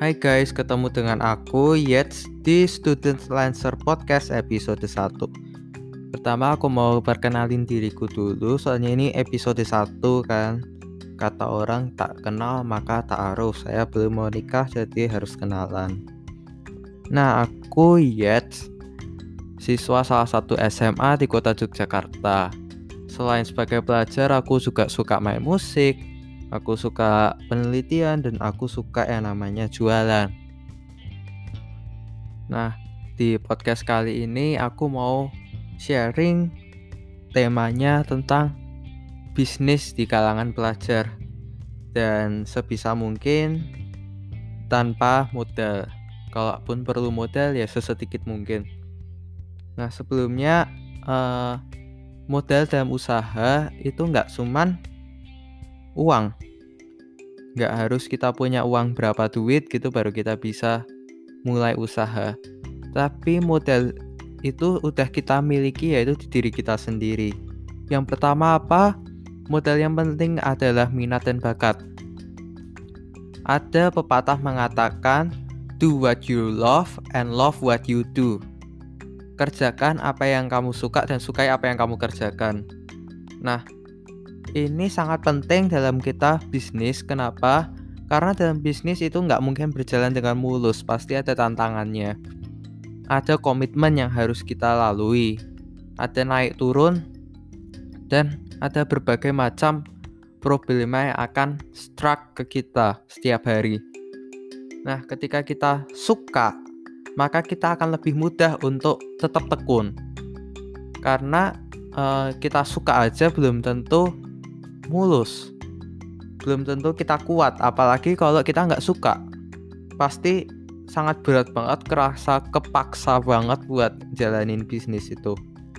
Hai guys, ketemu dengan aku Yets di Student Lancer Podcast episode 1. Pertama aku mau perkenalin diriku dulu, soalnya ini episode 1 kan. Kata orang tak kenal maka tak aruf. Saya belum mau nikah jadi harus kenalan. Nah, aku Yets, siswa salah satu SMA di kota Yogyakarta. Selain sebagai pelajar, aku juga suka main musik, aku suka penelitian, dan aku suka yang namanya jualan. Nah, di podcast kali ini aku mau sharing temanya tentang bisnis di kalangan pelajar, dan sebisa mungkin tanpa modal. Kalaupun perlu modal ya sesedikit mungkin. Nah, sebelumnya modal dalam usaha itu nggak cuman uang. Nggak harus kita punya uang berapa duit gitu baru kita bisa mulai usaha. Tapi modal itu udah kita miliki, yaitu di diri kita sendiri. Yang pertama apa? Modal yang penting adalah minat dan bakat. Ada pepatah mengatakan, do what you love and love what you do. Kerjakan apa yang kamu suka dan sukai apa yang kamu kerjakan. Nah, ini sangat penting dalam kita bisnis. Kenapa? Karena dalam bisnis itu nggak mungkin berjalan dengan mulus, pasti ada tantangannya. Ada komitmen yang harus kita lalui, ada naik turun, dan ada berbagai macam problema yang akan struck ke kita setiap hari. Nah, ketika kita suka, maka kita akan lebih mudah untuk tetap tekun. Karena kita suka aja belum tentu mulus, belum tentu kita kuat. Apalagi kalau kita nggak suka, pasti sangat berat banget, kerasa kepaksa banget buat jalanin bisnis itu.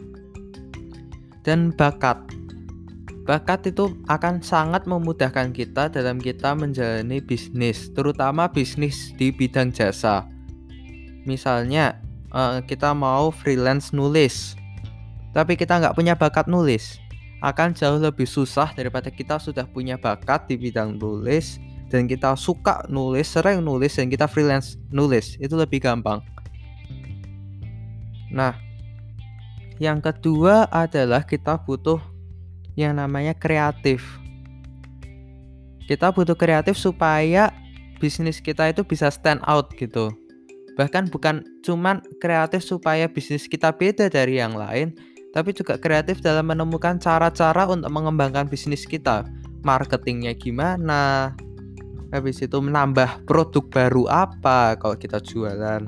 Dan bakat itu akan sangat memudahkan kita dalam kita menjalani bisnis, terutama bisnis di bidang jasa. Misalnya kita mau freelance nulis, tapi kita nggak punya bakat nulis, akan jauh lebih susah daripada kita sudah punya bakat di bidang nulis dan kita suka nulis, sering nulis, dan kita freelance nulis. Itu lebih gampang. Nah, yang kedua adalah kita butuh yang namanya kreatif. Kita butuh kreatif supaya bisnis kita itu bisa stand out gitu. Bahkan bukan cuman kreatif supaya bisnis kita beda dari yang lain, tapi juga kreatif dalam menemukan cara-cara untuk mengembangkan bisnis kita. Marketingnya gimana, habis itu menambah produk baru apa kalau kita jualan.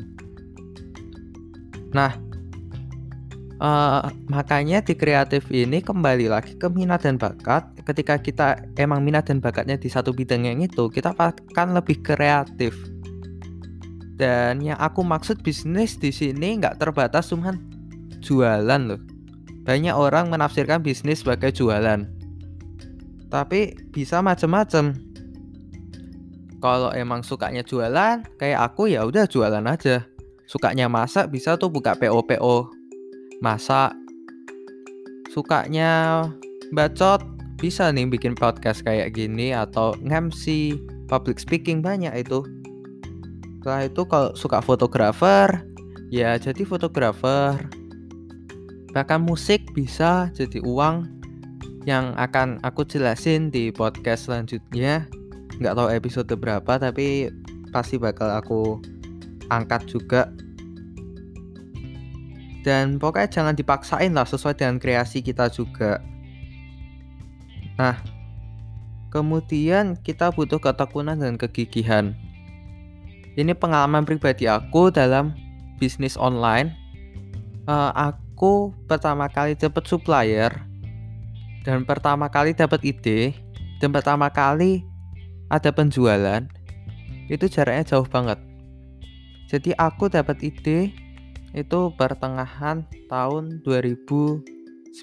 Nah, makanya di kreatif ini kembali lagi ke minat dan bakat. Ketika kita emang minat dan bakatnya di satu bidang yang itu, kita akan lebih kreatif. Dan yang aku maksud bisnis di sini nggak terbatas cuman jualan loh. Banyak orang menafsirkan bisnis sebagai jualan, tapi bisa macam-macam. Kalau emang sukanya jualan, kayak aku ya udah jualan aja. Sukanya masak, bisa tuh buka PO masak. Sukanya bacot, bisa nih bikin podcast kayak gini atau nge-MC, public speaking, banyak itu. Setelah itu kalau suka fotografer, ya jadi fotografer. Bahkan musik bisa jadi uang, yang akan aku jelasin di podcast selanjutnya. Nggak tahu episode berapa, tapi pasti bakal aku angkat juga. Dan pokoknya jangan dipaksain lah, sesuai dengan kreasi kita juga. Nah, kemudian kita butuh ketekunan dan kegigihan. Ini pengalaman pribadi aku dalam bisnis online. Aku pertama kali dapat supplier, dan pertama kali dapat ide, dan pertama kali ada penjualan, itu jaraknya jauh banget. Jadi aku dapat ide itu pertengahan tahun 2019.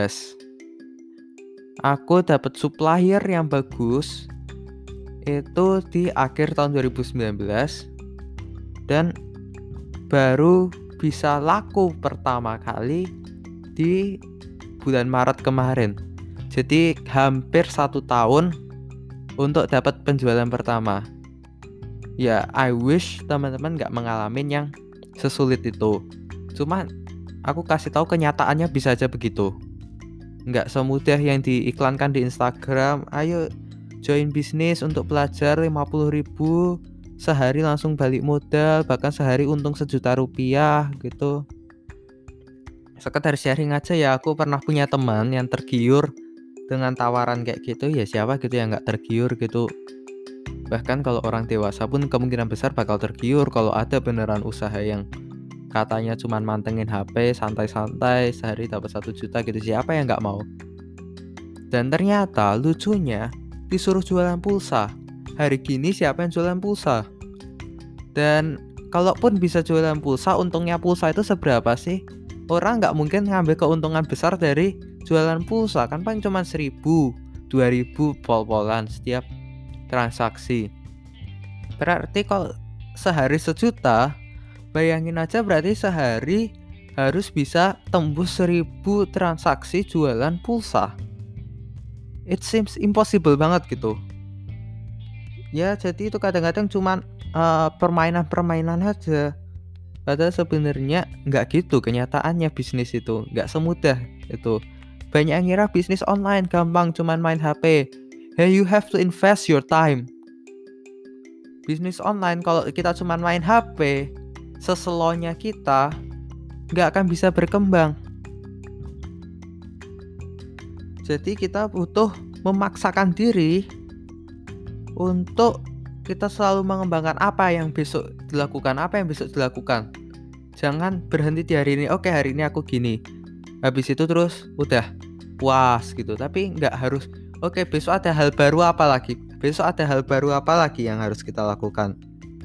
Aku dapat supplier yang bagus itu di akhir tahun 2019, dan baru bisa laku pertama kali di bulan Maret kemarin. Jadi hampir 1 tahun untuk dapat penjualan pertama. Ya, I wish teman-teman nggak mengalami yang sesulit itu. Cuma aku kasih tahu kenyataannya bisa aja begitu. Nggak semudah yang diiklankan di Instagram. Ayo join bisnis untuk pelajar 50.000, sehari langsung balik modal, bahkan sehari untung 1 juta rupiah gitu. Sekedar sharing aja ya, aku pernah punya teman yang tergiur dengan tawaran kayak gitu. Ya siapa gitu yang nggak tergiur gitu. Bahkan kalau orang dewasa pun kemungkinan besar bakal tergiur kalau ada beneran usaha yang katanya cuman mantengin HP santai-santai sehari dapat 1 juta gitu. Siapa yang nggak mau? Dan ternyata lucunya disuruh jualan pulsa. Hari gini siapa yang jualan pulsa? Dan kalaupun bisa jualan pulsa, untungnya pulsa itu seberapa sih? Orang nggak mungkin ngambil keuntungan besar dari jualan pulsa, kan paling cuma 1.000, 2.000 pol-polan setiap transaksi. Berarti kalau sehari 1 juta, bayangin aja berarti sehari harus bisa tembus 1.000 transaksi jualan pulsa. It seems impossible banget gitu. Ya jadi itu kadang-kadang cuman permainan-permainan aja. Padahal sebenarnya nggak gitu kenyataannya, bisnis itu nggak semudah itu. Banyak yang ngira bisnis online gampang cuman main HP. Hey, you have to invest your time. Bisnis online kalau kita cuman main HP, seselonya kita nggak akan bisa berkembang. Jadi kita butuh memaksakan diri untuk kita selalu mengembangkan apa yang besok dilakukan. Jangan berhenti di hari ini. Oke, hari ini aku gini, habis itu terus udah puas gitu. Tapi nggak harus oke, besok ada hal baru apa lagi yang harus kita lakukan.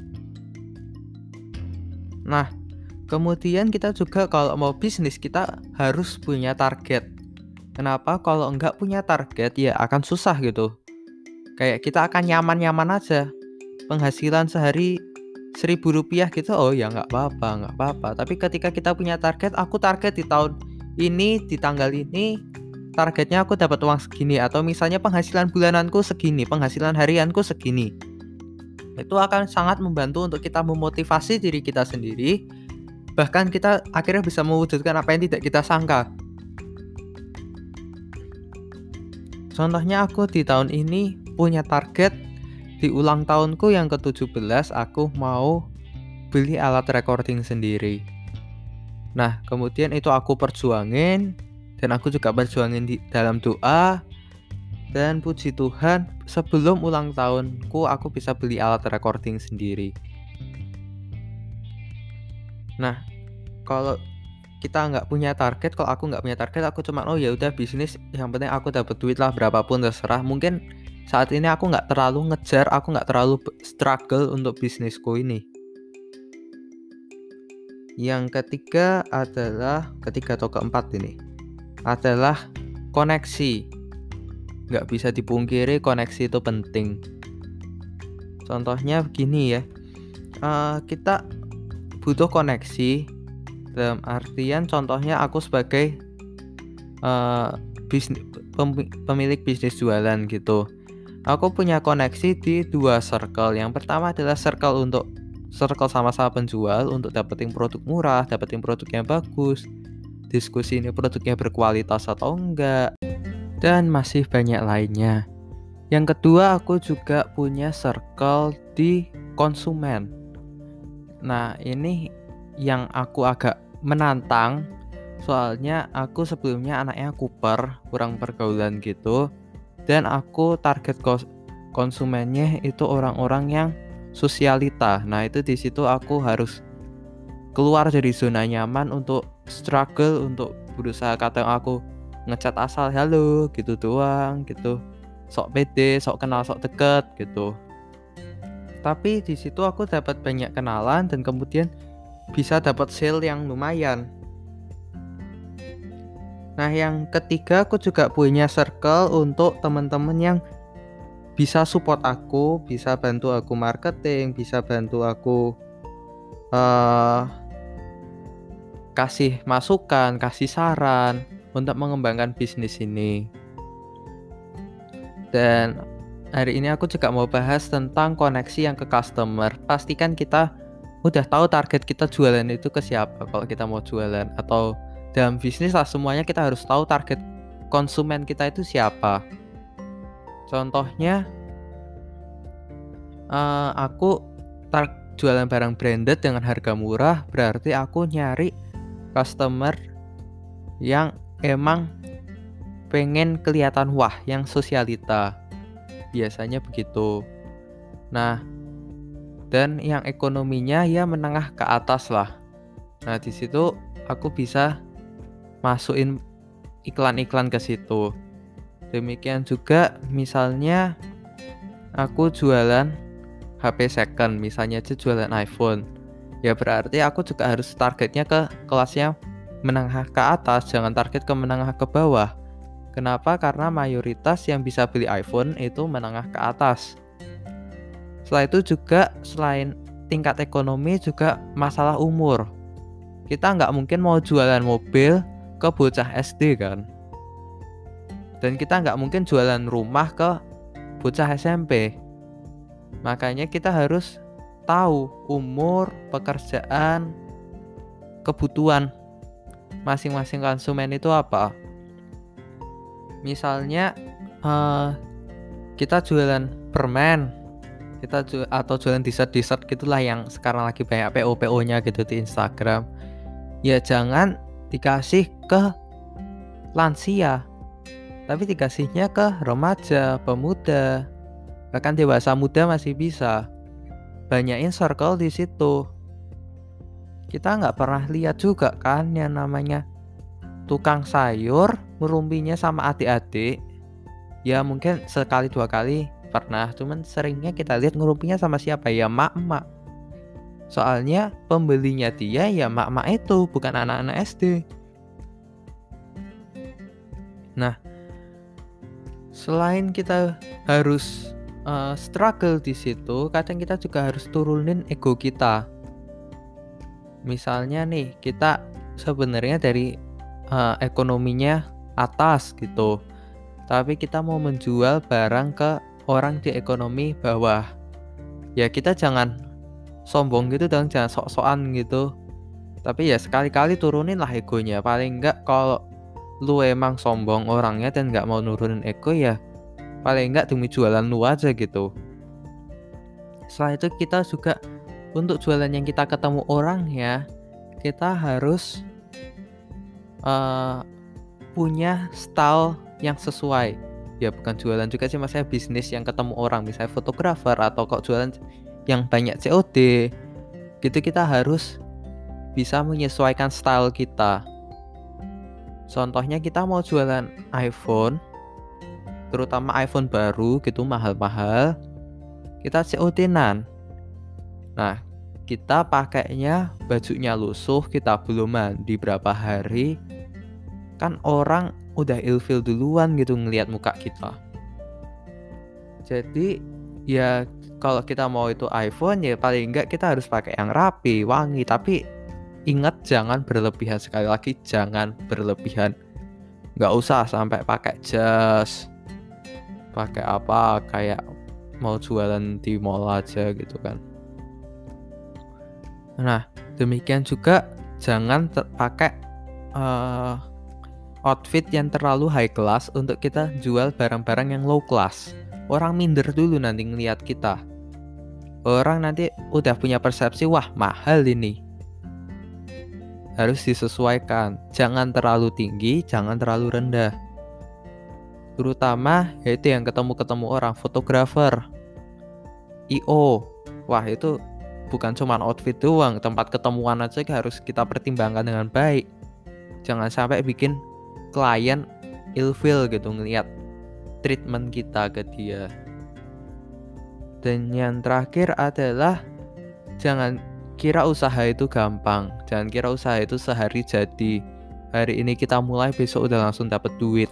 Nah, kemudian kita juga kalau mau bisnis kita harus punya target. Kenapa? Kalau nggak punya target ya akan susah gitu. Kayak kita akan nyaman-nyaman aja. Penghasilan sehari 1.000 rupiah gitu, oh ya nggak apa-apa. Tapi ketika kita punya target, aku target di tahun ini, di tanggal ini, targetnya aku dapat uang segini. Atau misalnya penghasilan bulananku segini, penghasilan harianku segini. Itu akan sangat membantu untuk kita memotivasi diri kita sendiri. Bahkan kita akhirnya bisa mewujudkan apa yang tidak kita sangka. Contohnya aku di tahun ini punya target, di ulang tahunku yang ke-17 aku mau beli alat recording sendiri. Nah, kemudian itu aku perjuangin, dan aku juga perjuangin di dalam doa. Dan puji Tuhan, sebelum ulang tahunku aku bisa beli alat recording sendiri. Nah, kalau kita nggak punya target, kalau aku nggak punya target, aku cuma oh ya udah bisnis, yang penting aku dapat duit lah berapapun terserah. Mungkin saat ini aku nggak terlalu ngejar, aku nggak terlalu struggle untuk bisnisku ini. Yang ketiga atau keempat ini adalah koneksi. Nggak bisa dipungkiri koneksi itu penting. Contohnya begini ya, kita butuh koneksi. Dalam artian contohnya aku sebagai pemilik bisnis jualan gitu. Aku punya koneksi di 2 circle. Yang pertama adalah circle sama-sama penjual untuk dapetin produk murah, dapetin produk yang bagus, diskusi ini produknya berkualitas atau enggak, dan masih banyak lainnya. Yang kedua, aku juga punya circle di konsumen. Nah, ini yang aku agak menantang. Soalnya aku sebelumnya anaknya kuper, kurang pergaulan gitu. Dan aku target konsumennya itu orang-orang yang sosialita. Nah, itu di situ aku harus keluar dari zona nyaman untuk struggle, untuk berusaha. Kadang aku ngechat asal halo gitu doang gitu. Sok pede, sok kenal, sok deket gitu. Tapi di situ aku dapat banyak kenalan dan kemudian bisa dapat sale yang lumayan. Nah, yang ketiga aku juga punya circle untuk teman-teman yang bisa support aku, bisa bantu aku marketing, bisa bantu aku kasih masukan, kasih saran untuk mengembangkan bisnis ini. Dan hari ini aku juga mau bahas tentang koneksi yang ke customer. Pastikan kita udah tahu target kita jualan itu ke siapa kalau kita mau jualan, atau dalam bisnis lah, semuanya kita harus tahu target konsumen kita itu siapa. Contohnya, aku jualan barang branded dengan harga murah, berarti aku nyari customer yang emang pengen kelihatan wah, yang sosialita. Biasanya begitu. Nah, dan yang ekonominya ya menengah ke atas lah. Nah, di situ aku bisa masukin iklan-iklan ke situ. Demikian juga misalnya aku jualan HP second, misalnya aja jualan iPhone. Ya berarti aku juga harus targetnya ke kelasnya menengah ke atas, jangan target ke menengah ke bawah. Kenapa? Karena mayoritas yang bisa beli iPhone itu menengah ke atas. Setelah itu juga selain tingkat ekonomi juga masalah umur. Kita nggak mungkin mau jualan mobil ke bocah SD kan. Dan kita nggak mungkin jualan rumah ke bocah SMP. Makanya kita harus tahu umur, pekerjaan, kebutuhan masing-masing konsumen itu apa. Misalnya kita jualan permen, atau jualan dessert gitulah yang sekarang lagi banyak PO-nya gitu di Instagram. Ya jangan dikasih ke lansia, tapi dikasihnya ke remaja, pemuda, bahkan dewasa muda masih bisa. Banyakin circle di situ. Kita nggak pernah lihat juga kan yang namanya tukang sayur ngerumpinya sama adik-adik. Ya mungkin sekali dua kali pernah, cuman seringnya kita lihat ngerumpinya sama siapa? Ya mak-mak. Soalnya pembelinya dia ya mak-mak itu, bukan anak-anak SD. Nah, selain kita harus struggle di situ, kadang kita juga harus turunin ego kita. Misalnya nih, kita sebenarnya dari ekonominya atas gitu, tapi kita mau menjual barang ke orang di ekonomi bawah. Ya kita jangan sombong gitu dong, jangan sok-sokan gitu. Tapi ya sekali-kali turunin lah egonya. Paling enggak kalau lu emang sombong orangnya dan nggak mau nurunin ego, ya paling enggak demi jualan lu aja gitu. Setelah itu kita juga untuk jualan yang kita ketemu orang ya, kita harus punya style yang sesuai. Ya bukan jualan juga sih, maksudnya bisnis yang ketemu orang, misalnya fotografer atau kok jualan yang banyak COD gitu, kita harus bisa menyesuaikan style kita. Contohnya kita mau jualan iPhone, terutama iPhone baru gitu, mahal-mahal, kita COD-nan. Nah, kita pakainya bajunya lusuh, kita belum mandi berapa hari, kan orang udah ilfil duluan gitu ngelihat muka kita. Jadi ya kalau kita mau itu iPhone, ya paling enggak kita harus pakai yang rapi, wangi. Tapi ingat jangan berlebihan, sekali lagi jangan berlebihan. Nggak usah sampai pakai jas, pakai apa kayak mau jualan di mall aja gitu kan. Nah demikian juga jangan pakai outfit yang terlalu high class untuk kita jual barang-barang yang low class. Orang minder dulu nanti ngeliat kita. Orang nanti udah punya persepsi, wah mahal ini. Harus disesuaikan. Jangan terlalu tinggi, jangan terlalu rendah. Terutama yaitu yang ketemu orang, fotografer, IO. Wah itu bukan cuma outfit doang, tempat ketemuan aja harus kita pertimbangkan dengan baik. Jangan sampai bikin klien ilfeel gitu ngelihat treatment kita ke dia. Dan yang terakhir adalah jangan kira usaha itu gampang. Jangan kira usaha itu sehari jadi. Hari ini kita mulai, besok udah langsung dapat duit.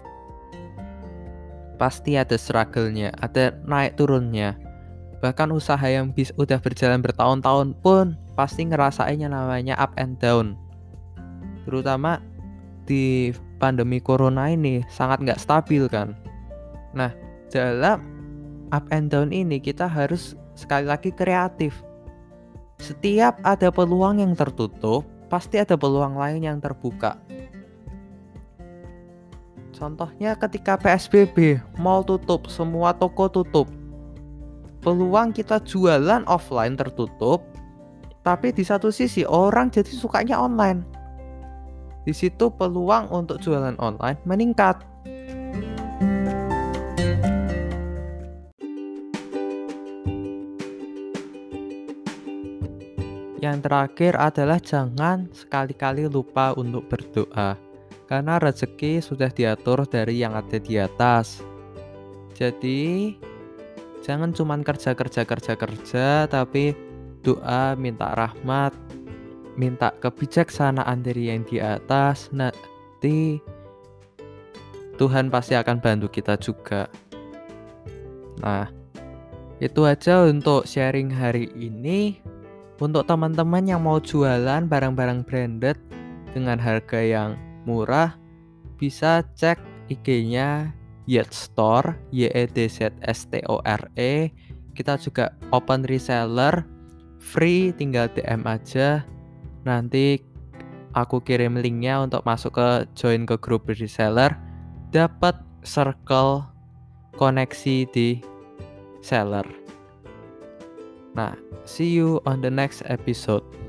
Pasti ada struggle-nya, ada naik turunnya. Bahkan usaha yang udah berjalan bertahun-tahun pun pasti ngerasainnya namanya up and down. Terutama di pandemi corona ini sangat nggak stabil kan. Nah, dalam up and down ini kita harus sekali lagi kreatif. Setiap ada peluang yang tertutup, pasti ada peluang lain yang terbuka. Contohnya ketika PSBB, mall tutup, semua toko tutup. Peluang kita jualan offline tertutup, tapi di satu sisi orang jadi sukanya online. Di situ peluang untuk jualan online meningkat. Yang terakhir adalah jangan sekali-kali lupa untuk berdoa, karena rezeki sudah diatur dari yang ada di atas. Jadi jangan cuma kerja, tapi doa, minta rahmat, minta kebijaksanaan dari yang di atas. Nanti Tuhan pasti akan bantu kita juga. Nah, itu aja untuk sharing hari ini. Untuk teman-teman yang mau jualan barang-barang branded dengan harga yang murah, bisa cek IG-nya Yedzstore, YEDZSTORE. Kita juga open reseller, free, tinggal DM aja. Nanti aku kirim linknya untuk masuk ke join ke grup reseller, dapat circle koneksi di seller. Nah, see you on the next episode.